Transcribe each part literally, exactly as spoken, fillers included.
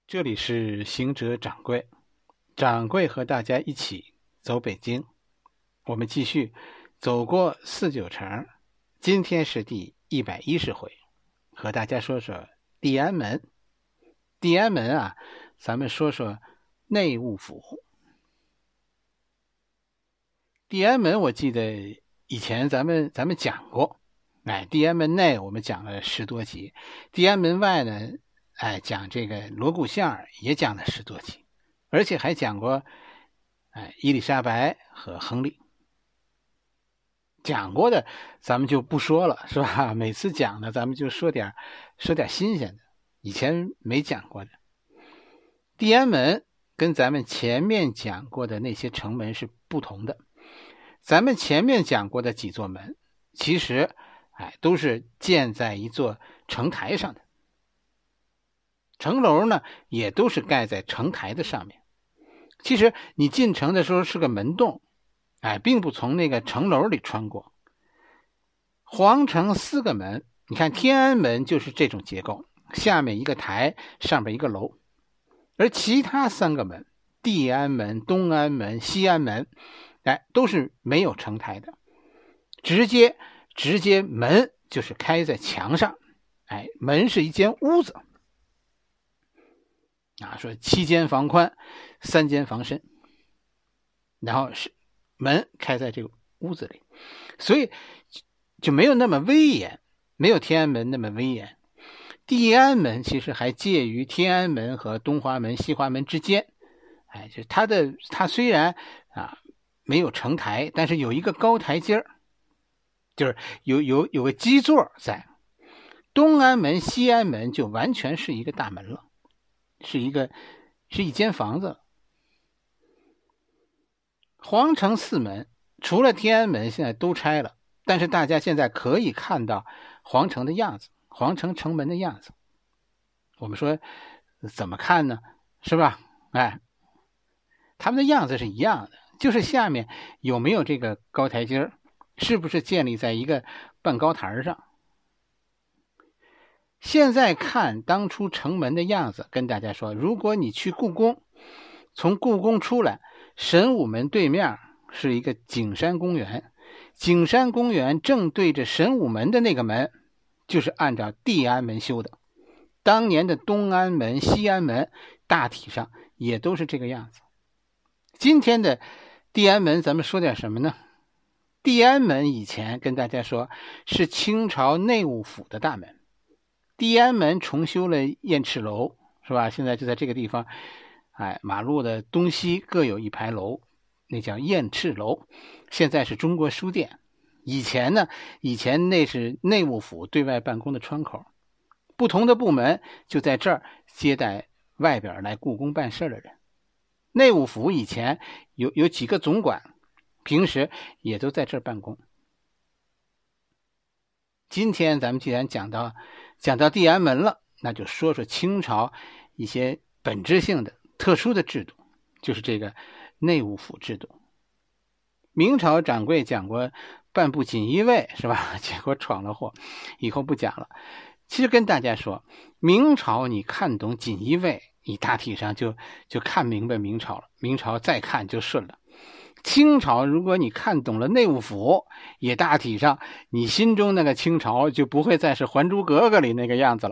这里是行者掌柜，掌柜和大家一起走北京。我们继续走过四九城，今天是第一百一十回，和大家说说地安门。地安门啊，咱们说说内务府。地安门我记得以前咱们咱们讲过，哎，地安门内我们讲了十多集，地安门外呢，哎，讲这个锣鼓巷也讲了十多集，而且还讲过哎伊丽莎白和亨利。讲过的咱们就不说了，是吧？每次讲的咱们就说点说点新鲜的，以前没讲过的。地安门跟咱们前面讲过的那些城门是不同的。咱们前面讲过的几座门，其实哎都是建在一座城台上的。城楼呢也都是盖在城台的上面。其实你进城的时候是个门洞，哎，并不从那个城楼里穿过。皇城四个门，你看天安门就是这种结构，下面一个台，上面一个楼。而其他三个门，地安门、东安门、西安门，哎，都是没有城台的，直接直接门就是开在墙上，哎，门是一间屋子。啊，说七间房宽，三间房深，然后是门开在这个屋子里，所以就没有那么威严，没有天安门那么威严。地安门其实还介于天安门和东华门、西华门之间，哎，就它的它虽然啊没有城台，但是有一个高台阶，就是有有有个基座在。东安门、西安门就完全是一个大门了。是一个是一间房子。皇城四门除了天安门现在都拆了，但是大家现在可以看到皇城的样子，皇城城门的样子。我们说怎么看呢？是吧？哎，他们的样子是一样的，就是下面有没有这个高台阶，是不是建立在一个半高台上。现在看当初城门的样子，跟大家说，如果你去故宫，从故宫出来，神武门对面是一个景山公园，景山公园正对着神武门的那个门，就是按照地安门修的。当年的东安门、西安门大体上也都是这个样子。今天的地安门咱们说点什么呢？地安门以前跟大家说是清朝内务府的大门，地安门重修了燕翅楼，是吧？现在就在这个地方，哎，马路的东西各有一排楼，那叫燕翅楼。现在是中国书店。以前呢，以前那是内务府对外办公的窗口，不同的部门就在这儿接待外边来故宫办事的人。内务府以前有有几个总管，平时也都在这儿办公。今天咱们既然讲到讲到地安门了，那就说说清朝一些本质性的特殊的制度，就是这个内务府制度。明朝掌柜讲过半部锦衣卫，是吧？结果闯了祸，以后不讲了。其实跟大家说，明朝你看懂锦衣卫，你大体上就就看明白明朝了，明朝再看就顺了。清朝如果你看懂了内务府，也大体上你心中那个清朝就不会再是《还珠格格》里那个样子了。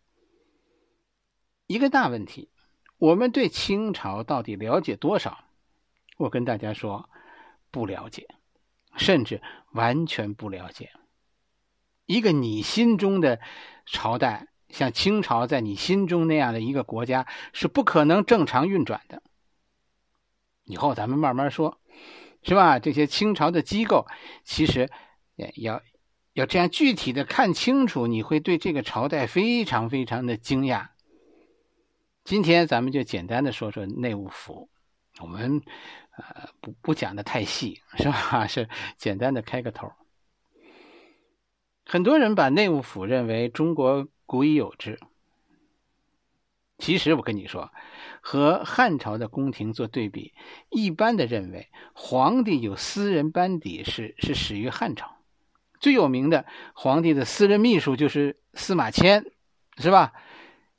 一个大问题，我们对清朝到底了解多少？我跟大家说，不了解，甚至完全不了解。一个你心中的朝代，像清朝在你心中那样的一个国家，是不可能正常运转的。以后咱们慢慢说，是吧？这些清朝的机构，其实要要这样具体的看清楚，你会对这个朝代非常非常的惊讶。今天咱们就简单的说说内务府，我们呃不不讲的太细，是吧？是简单的开个头。很多人把内务府认为中国古已有之，其实我跟你说，和汉朝的宫廷做对比，一般的认为皇帝有私人班底是是始于汉朝。最有名的皇帝的私人秘书就是司马迁，是吧？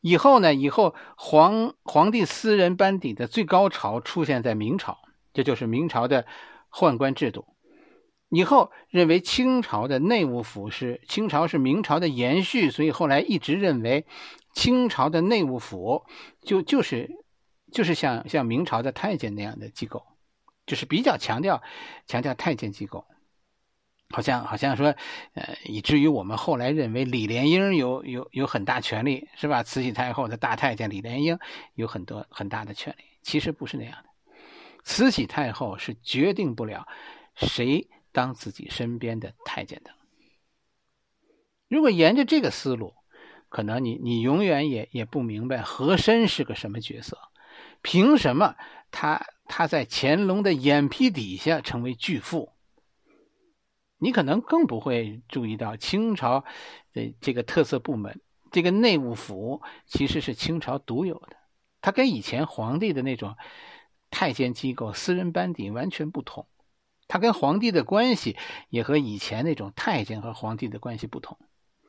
以后呢，以后皇皇帝私人班底的最高潮出现在明朝，这就是明朝的宦官制度。以后认为清朝的内务府是清朝是明朝的延续，所以后来一直认为清朝的内务府就就是就是像像明朝的太监那样的机构，就是比较强调强调太监机构。好像好像说，呃，以至于我们后来认为李莲英有有有很大权力，是吧？慈禧太后的大太监李莲英有很多很大的权力，其实不是那样的。慈禧太后是决定不了谁当自己身边的太监的。如果沿着这个思路，可能你你永远也也不明白和珅是个什么角色，凭什么他他在乾隆的眼皮底下成为巨富？你可能更不会注意到清朝的这个特色部门，这个内务府其实是清朝独有的，它跟以前皇帝的那种太监机构、私人班底完全不同。它跟皇帝的关系也和以前那种太监和皇帝的关系不同。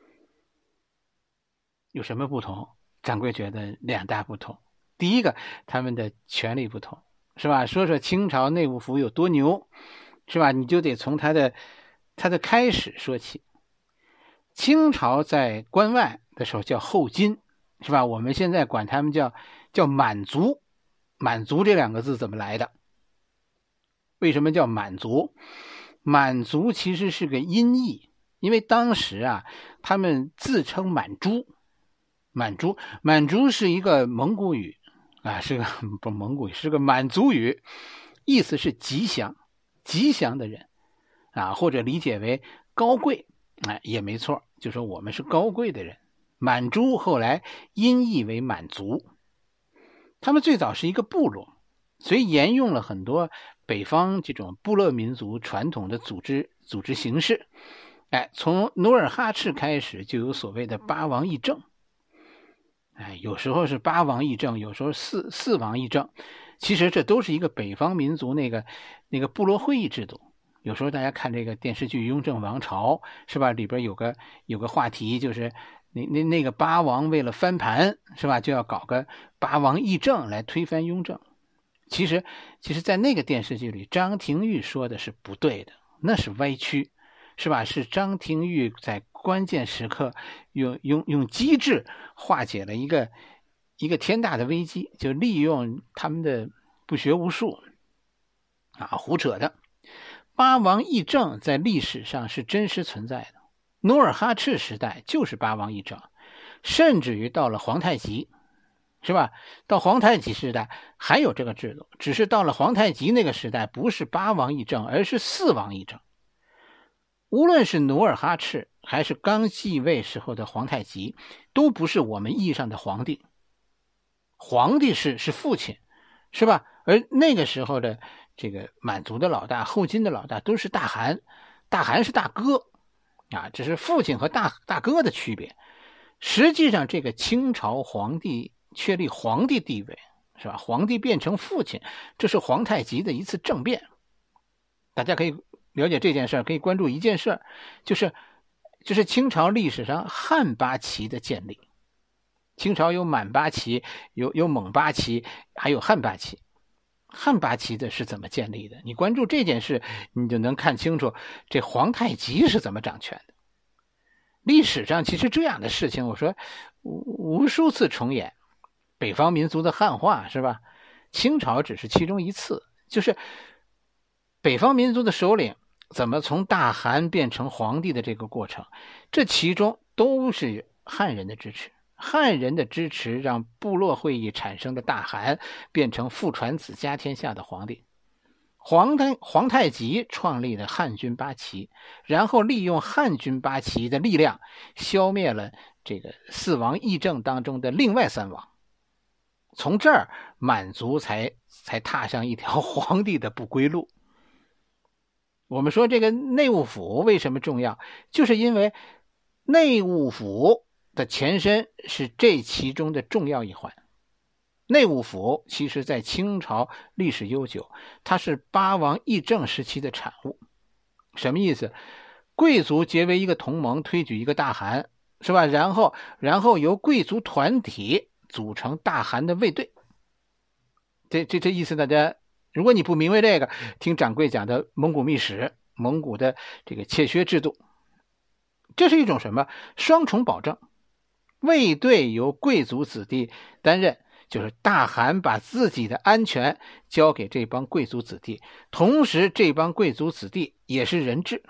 有什么不同？掌柜觉得两大不同。第一个，他们的权力不同，是吧？说说清朝内务府有多牛，是吧？你就得从他的他的开始说起。清朝在关外的时候叫后金，是吧？我们现在管他们叫叫满族。满族这两个字怎么来的？为什么叫满族？满族其实是个音译，因为当时啊，他们自称满族。满族，满族是一个蒙古语啊，是个不蒙古语，是个满族语，意思是吉祥，吉祥的人啊，或者理解为高贵，哎，也没错，就说我们是高贵的人。满族后来音译为满族，他们最早是一个部落，所以沿用了很多北方这种部落民族传统的组织组织形式。哎，从努尔哈赤开始就有所谓的八王议政。哎，有时候是八王议政，有时候四四王议政，其实这都是一个北方民族那个那个部落会议制度。有时候大家看这个电视剧《雍正王朝》，是吧？里边有个有个话题，就是那那那个八王为了翻盘，是吧？就要搞个八王议政来推翻雍正。其实其实在那个电视剧里，张廷玉说的是不对的，那是歪曲，是吧？是张廷玉在关键时刻用用用机智化解了一个一个天大的危机，就利用他们的不学无术啊，胡扯的。八王议政在历史上是真实存在的，努尔哈赤时代就是八王议政，甚至于到了皇太极，是吧？到皇太极时代还有这个制度，只是到了皇太极那个时代不是八王议政，而是四王议政。无论是努尔哈赤还是刚继位时候的皇太极，都不是我们意义上的皇帝。皇帝是是父亲，是吧？而那个时候的这个满族的老大、后金的老大都是大汗，大汗是大哥啊，这是父亲和大大哥的区别。实际上，这个清朝皇帝确立皇帝地位，是吧？皇帝变成父亲，这是皇太极的一次政变。大家可以了解这件事，可以关注一件事，就是就是清朝历史上汉八旗的建立。清朝有满八旗，有有蒙八旗，还有汉八旗。汉八旗的是怎么建立的？你关注这件事，你就能看清楚这皇太极是怎么掌权的。历史上其实这样的事情，我说无数次重演。北方民族的汉化，是吧？清朝只是其中一次，就是北方民族的首领怎么从大汗变成皇帝的这个过程，这其中都是汉人的支持。汉人的支持让部落会议产生的大汗变成父传子家天下的皇帝。皇太皇太极创立了汉军八旗，然后利用汉军八旗的力量消灭了这个四王议政当中的另外三王。从这儿满族才才踏上一条皇帝的不归路。我们说这个内务府为什么重要，就是因为内务府的前身是这其中的重要一环。内务府其实在清朝历史悠久，它是八王议政时期的产物。什么意思？贵族结为一个同盟，推举一个大汗，是吧？然后然后由贵族团体组成大汗的卫队。这这这意思大家，如果你不明白这个，听掌柜讲的蒙古秘史，蒙古的这个切削制度，这是一种什么双重保证。卫队由贵族子弟担任，就是大汗把自己的安全交给这帮贵族子弟，同时这帮贵族子弟也是人质。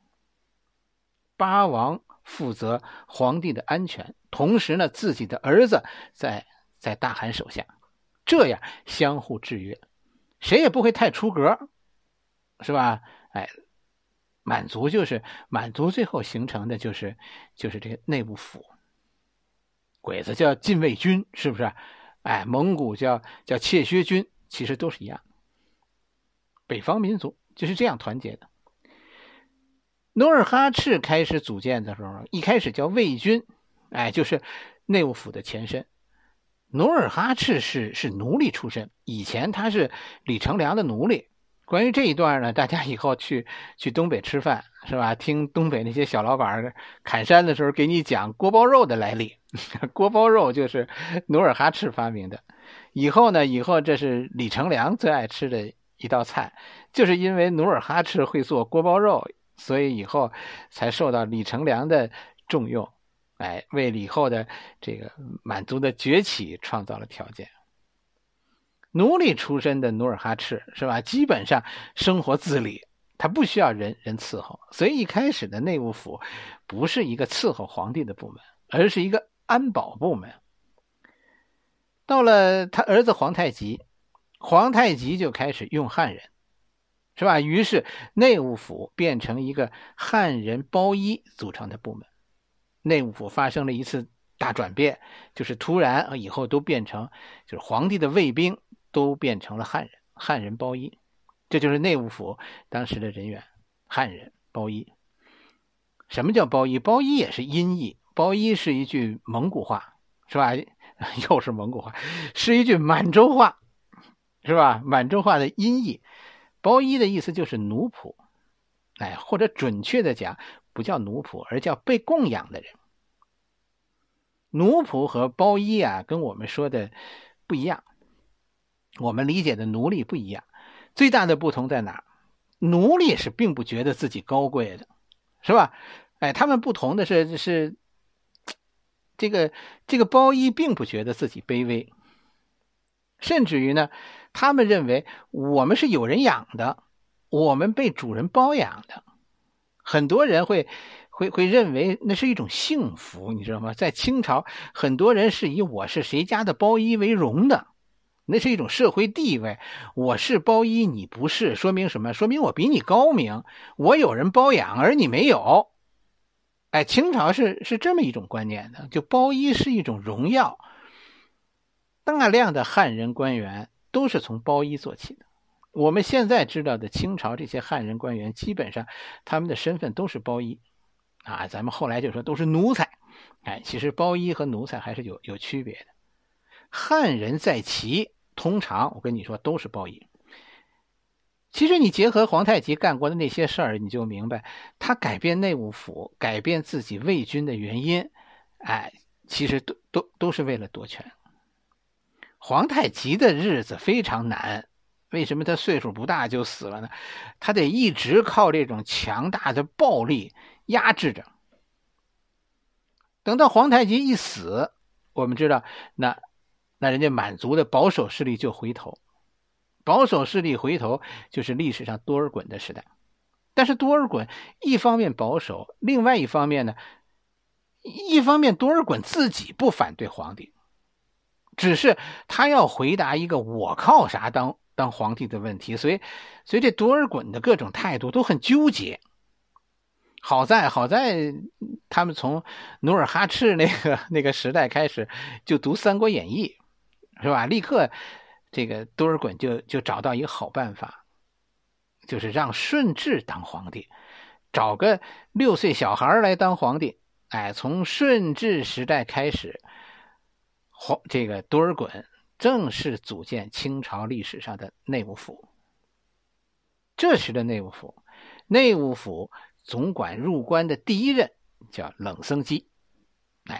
八王负责皇帝的安全，同时呢自己的儿子在在大汗手下，这样相互制约，谁也不会太出格，是吧？哎，满族就是满族最后形成的就是就是这个内务府，鬼子叫禁卫军，是不是？哎，蒙古叫叫切削军，其实都是一样。北方民族就是这样团结的。努尔哈赤开始组建的时候，一开始叫卫军，哎，就是内务府的前身。努尔哈赤是是奴隶出身，以前他是李成梁的奴隶。关于这一段呢，大家以后去去东北吃饭，是吧？听东北那些小老板砍山的时候给你讲锅包肉的来历。锅包肉就是努尔哈赤发明的。以后呢，以后这是李成梁最爱吃的一道菜，就是因为努尔哈赤会做锅包肉，所以以后才受到李成梁的重用，哎，为以后的这个满族的崛起创造了条件。奴隶出身的努尔哈赤，是吧？基本上生活自理，他不需要人人伺候，所以一开始的内务府不是一个伺候皇帝的部门，而是一个安保部门。到了他儿子皇太极，皇太极就开始用汉人，是吧？于是内务府变成一个汉人包衣组成的部门。内务府发生了一次大转变，就是突然以后都变成，就是皇帝的卫兵都变成了汉人，汉人包衣，这就是内务府当时的人员，汉人包衣。什么叫包衣？包衣也是音译，包衣是一句蒙古话，是吧？又是蒙古话，是一句满洲话，是吧？满洲话的音译。包衣的意思就是奴仆，哎，或者准确的讲，不叫奴仆，而叫被供养的人。奴仆和包衣啊，跟我们说的不一样，我们理解的奴隶不一样。最大的不同在哪？奴隶是并不觉得自己高贵的，是吧？哎，他们不同的是是这个这个包衣并不觉得自己卑微，甚至于呢，他们认为我们是有人养的，我们被主人包养的。很多人会会会认为那是一种幸福，你知道吗？在清朝，很多人是以我是谁家的包衣为荣的，那是一种社会地位。我是包衣，你不是，说明什么？说明我比你高明，我有人包养，而你没有。哎，清朝是是这么一种观念的，就包衣是一种荣耀。大量的汉人官员都是从包衣做起的。我们现在知道的清朝这些汉人官员，基本上他们的身份都是包衣啊，咱们后来就说都是奴才。哎，其实包衣和奴才还是有有区别的。汉人在齐，通常我跟你说都是包衣。其实你结合皇太极干过的那些事儿，你就明白他改变内务府、改变自己卫军的原因，哎，其实都都都是为了夺权。皇太极的日子非常难，为什么他岁数不大就死了呢？他得一直靠这种强大的暴力压制着。等到皇太极一死，我们知道那那人家满族的保守势力就回头，保守势力回头就是历史上多尔衮的时代。但是多尔衮一方面保守，另外一方面呢，一方面多尔衮自己不反对皇帝，只是他要回答一个我靠啥当当皇帝的问题，所以所以这多尔衮的各种态度都很纠结。好在好在他们从努尔哈赤那个那个时代开始就读《三国演义》，是吧？立刻这个多尔衮就就找到一个好办法，就是让顺治当皇帝，找个六岁小孩来当皇帝。哎，从顺治时代开始，这个多尔衮正式组建清朝历史上的内务府。这时的内务府，内务府总管入关的第一任叫冷僧基，哎，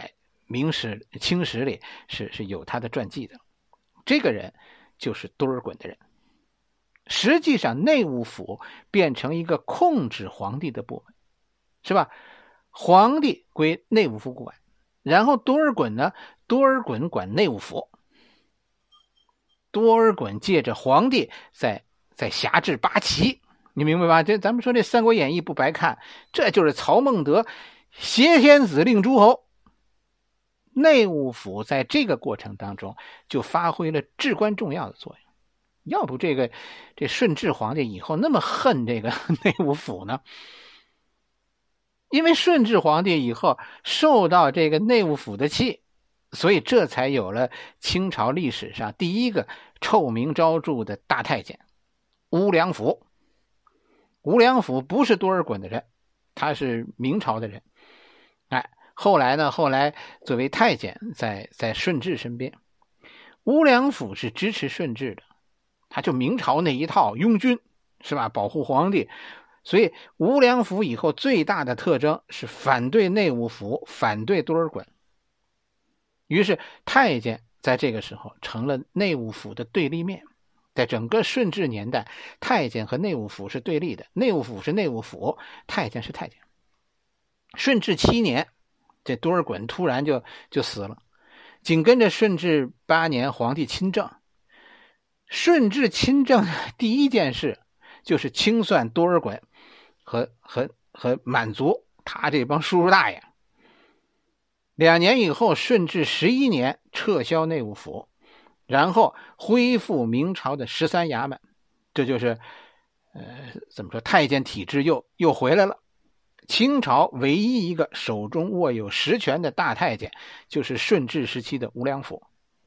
明史清史里是是有他的传记的。这个人就是多尔衮的人。实际上内务府变成一个控制皇帝的部门，是吧？皇帝归内务府管，然后多尔衮呢，多尔衮管内务府。多尔衮借着皇帝在在辖制八旗，你明白吧？这咱们说这《三国演义》不白看，这就是曹孟德挟天子令诸侯。内务府在这个过程当中就发挥了至关重要的作用。要不这个这顺治皇帝以后那么恨这个内务府呢？因为顺治皇帝以后受到这个内务府的气，所以这才有了清朝历史上第一个臭名昭著的大太监乌良辅。乌良辅不是多尔衮的人，他是明朝的人。哎，后来呢，后来作为太监在在顺治身边。乌良辅是支持顺治的，他就明朝那一套拥军，是吧？保护皇帝。所以乌良辅以后最大的特征是反对内务府，反对多尔衮。于是太监在这个时候成了内务府的对立面。在整个顺治年代，太监和内务府是对立的，内务府是内务府，太监是太监。顺治七年，这多尔衮突然就就死了。紧跟着顺治八年，皇帝亲政。顺治亲政第一件事就是清算多尔衮和和和满族他这帮叔叔大爷。两年以后，顺治十一年撤销内务府，然后恢复明朝的十三衙门。这就是呃怎么说，太监体制又又回来了。清朝唯一一个手中握有实权的大太监就是顺治时期的乌良辅。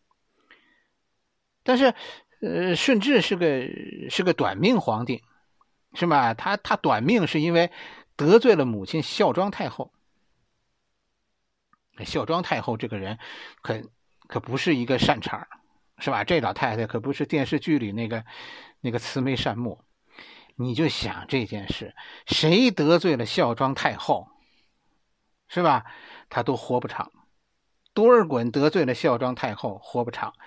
但是呃顺治是个是个短命皇帝，是吧？他他短命是因为得罪了母亲孝庄太后。孝庄太后这个人可可不是一个善茬，是吧？这老太太可不是电视剧里那个那个慈眉善目。你就想这件事，谁得罪了孝庄太后，是吧？他都活不长。多尔衮得罪了孝庄太后，活不长。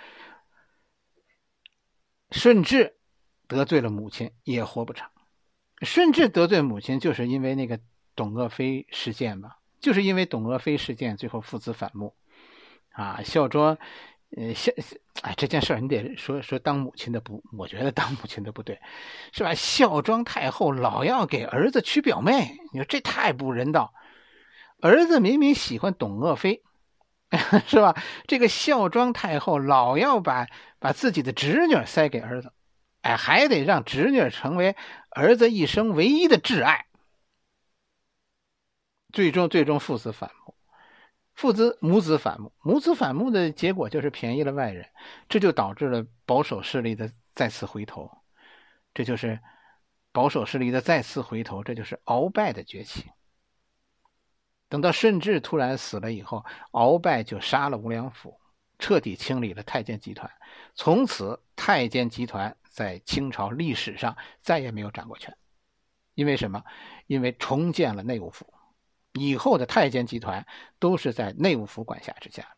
顺治得罪了母亲，也活不长。顺治得罪母亲就是因为那个董鄂妃事件吧，就是因为董鄂妃事件最后父子反目啊。孝庄呃，孝哎，这件事你得说说当母亲的不，我觉得当母亲的不对，是吧？孝庄太后老要给儿子娶表妹，你说这太不人道。儿子明明喜欢董鄂妃，是吧？这个孝庄太后老要把把自己的侄女塞给儿子，哎，还得让侄女成为儿子一生唯一的挚爱，最终最终父子反目。父子母子反目，母子反目的结果就是便宜了外人，这就导致了保守势力的再次回头。这就是保守势力的再次回头，这就是鳌拜的崛起。等到顺治突然死了以后，鳌拜就杀了乌良辅，彻底清理了太监集团。从此太监集团在清朝历史上再也没有掌过权。因为什么？因为重建了内务府，以后的太监集团都是在内务府管辖之下。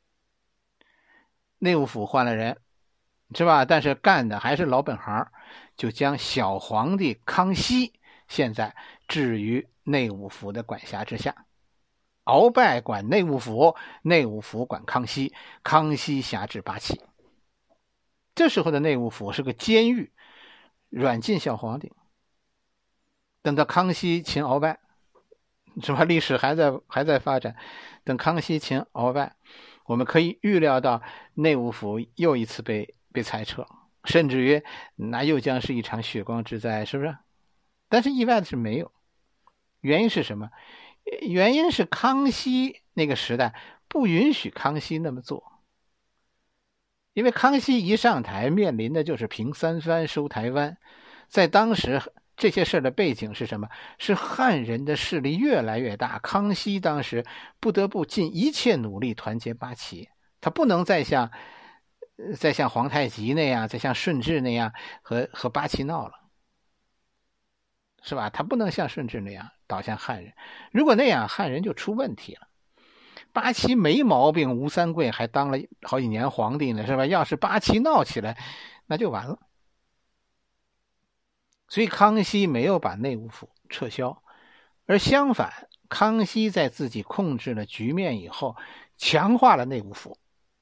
内务府换了人，是吧？但是干的还是老本行，就将小皇帝康熙现在置于内务府的管辖之下。鳌拜管内务府，内务府管康熙，康熙辖制八旗。这时候的内务府是个监狱，软禁小皇帝。等到康熙擒鳌拜，是吧？历史还在还在发展。等康熙擒鳌拜，我们可以预料到内务府又一次被被裁撤，甚至于那又将是一场血光之灾，是不是？但是意外的是没有。原因是什么？原因是康熙那个时代不允许康熙那么做。因为康熙一上台面临的就是平三藩收台湾。在当时这些事的背景是什么？是汉人的势力越来越大，康熙当时不得不尽一切努力团结八旗，他不能再像再像皇太极那样，再像顺治那样和和八旗闹了，是吧？他不能像顺治那样倒向汉人，如果那样汉人就出问题了。 八旗没毛病，吴三桂还当了好几年皇帝呢，是吧？要是八旗闹起来，那就完了。所以康熙没有把内务府撤销，而相反，康熙在自己控制了局面以后，强化了内务府。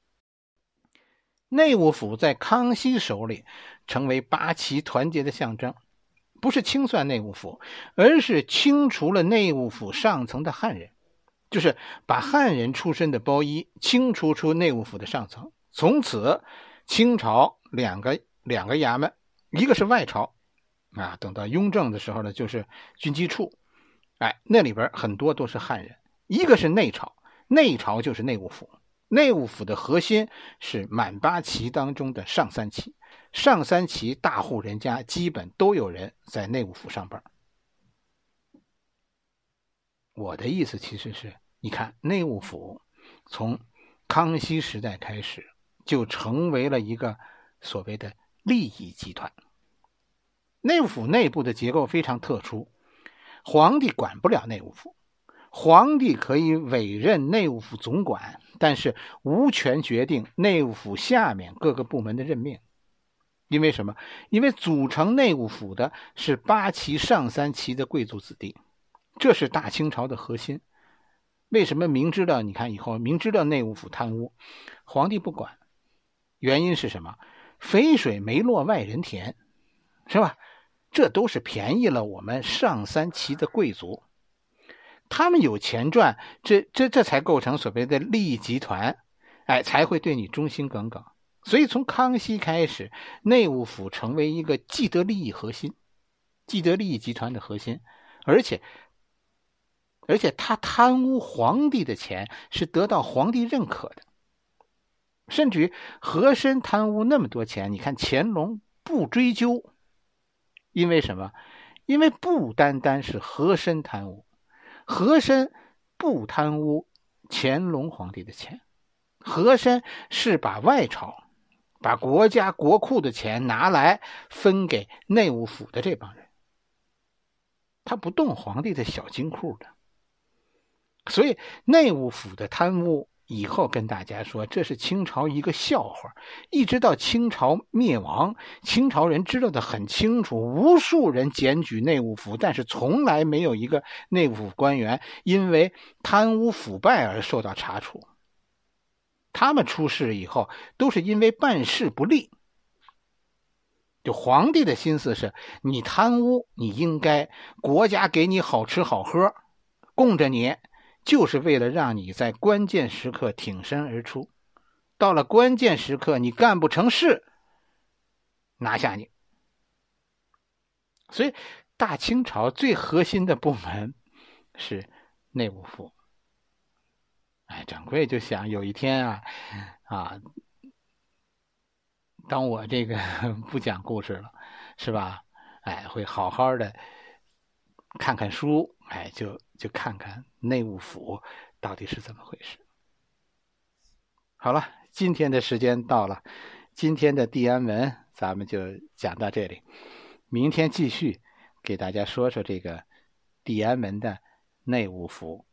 内务府在康熙手里成为八旗团结的象征，不是清算内务府，而是清除了内务府上层的汉人，就是把汉人出身的包衣清除出内务府的上层。从此清朝两个两个衙门，一个是外朝啊，等到雍正的时候呢，就是军机处，哎，那里边很多都是汉人。一个是内朝，内朝就是内务府，内务府的核心是满八旗当中的上三旗，上三旗大户人家基本都有人在内务府上班。我的意思其实是，你看内务府从康熙时代开始就成为了一个所谓的利益集团。内务府内部的结构非常特殊，皇帝管不了内务府，皇帝可以委任内务府总管，但是无权决定内务府下面各个部门的任命。因为什么？因为组成内务府的是八旗上三旗的贵族子弟，这是大清朝的核心。为什么明知道，你看以后明知道内务府贪污，皇帝不管？原因是什么？肥水没落外人田，是吧？这都是便宜了我们上三旗的贵族，他们有钱赚，这这这才构成所谓的利益集团，哎，才会对你忠心耿耿。所以从康熙开始，内务府成为一个既得利益核心，既得利益集团的核心，而且而且他贪污皇帝的钱是得到皇帝认可的，甚至于和珅贪污那么多钱，你看乾隆不追究，因为什么？因为不单单是和珅贪污，和珅不贪污乾隆皇帝的钱，和珅是把外朝把国家国库的钱拿来分给内务府的这帮人，他不动皇帝的小金库的。所以内务府的贪污以后跟大家说，这是清朝一个笑话，一直到清朝灭亡，清朝人知道的很清楚，无数人检举内务府，但是从来没有一个内务府官员因为贪污腐败而受到查处。他们出事以后都是因为办事不力。就皇帝的心思是，你贪污，你应该国家给你好吃好喝，供着你，就是为了让你在关键时刻挺身而出，到了关键时刻你干不成事，拿下你。所以大清朝最核心的部门是内务府。哎，掌柜就想有一天啊啊，当我这个不讲故事了，是吧？哎，会好好的看看书，哎，就就看看内务府到底是怎么回事。好了，今天的时间到了，今天的地安文咱们就讲到这里，明天继续给大家说说这个地安文的内务府。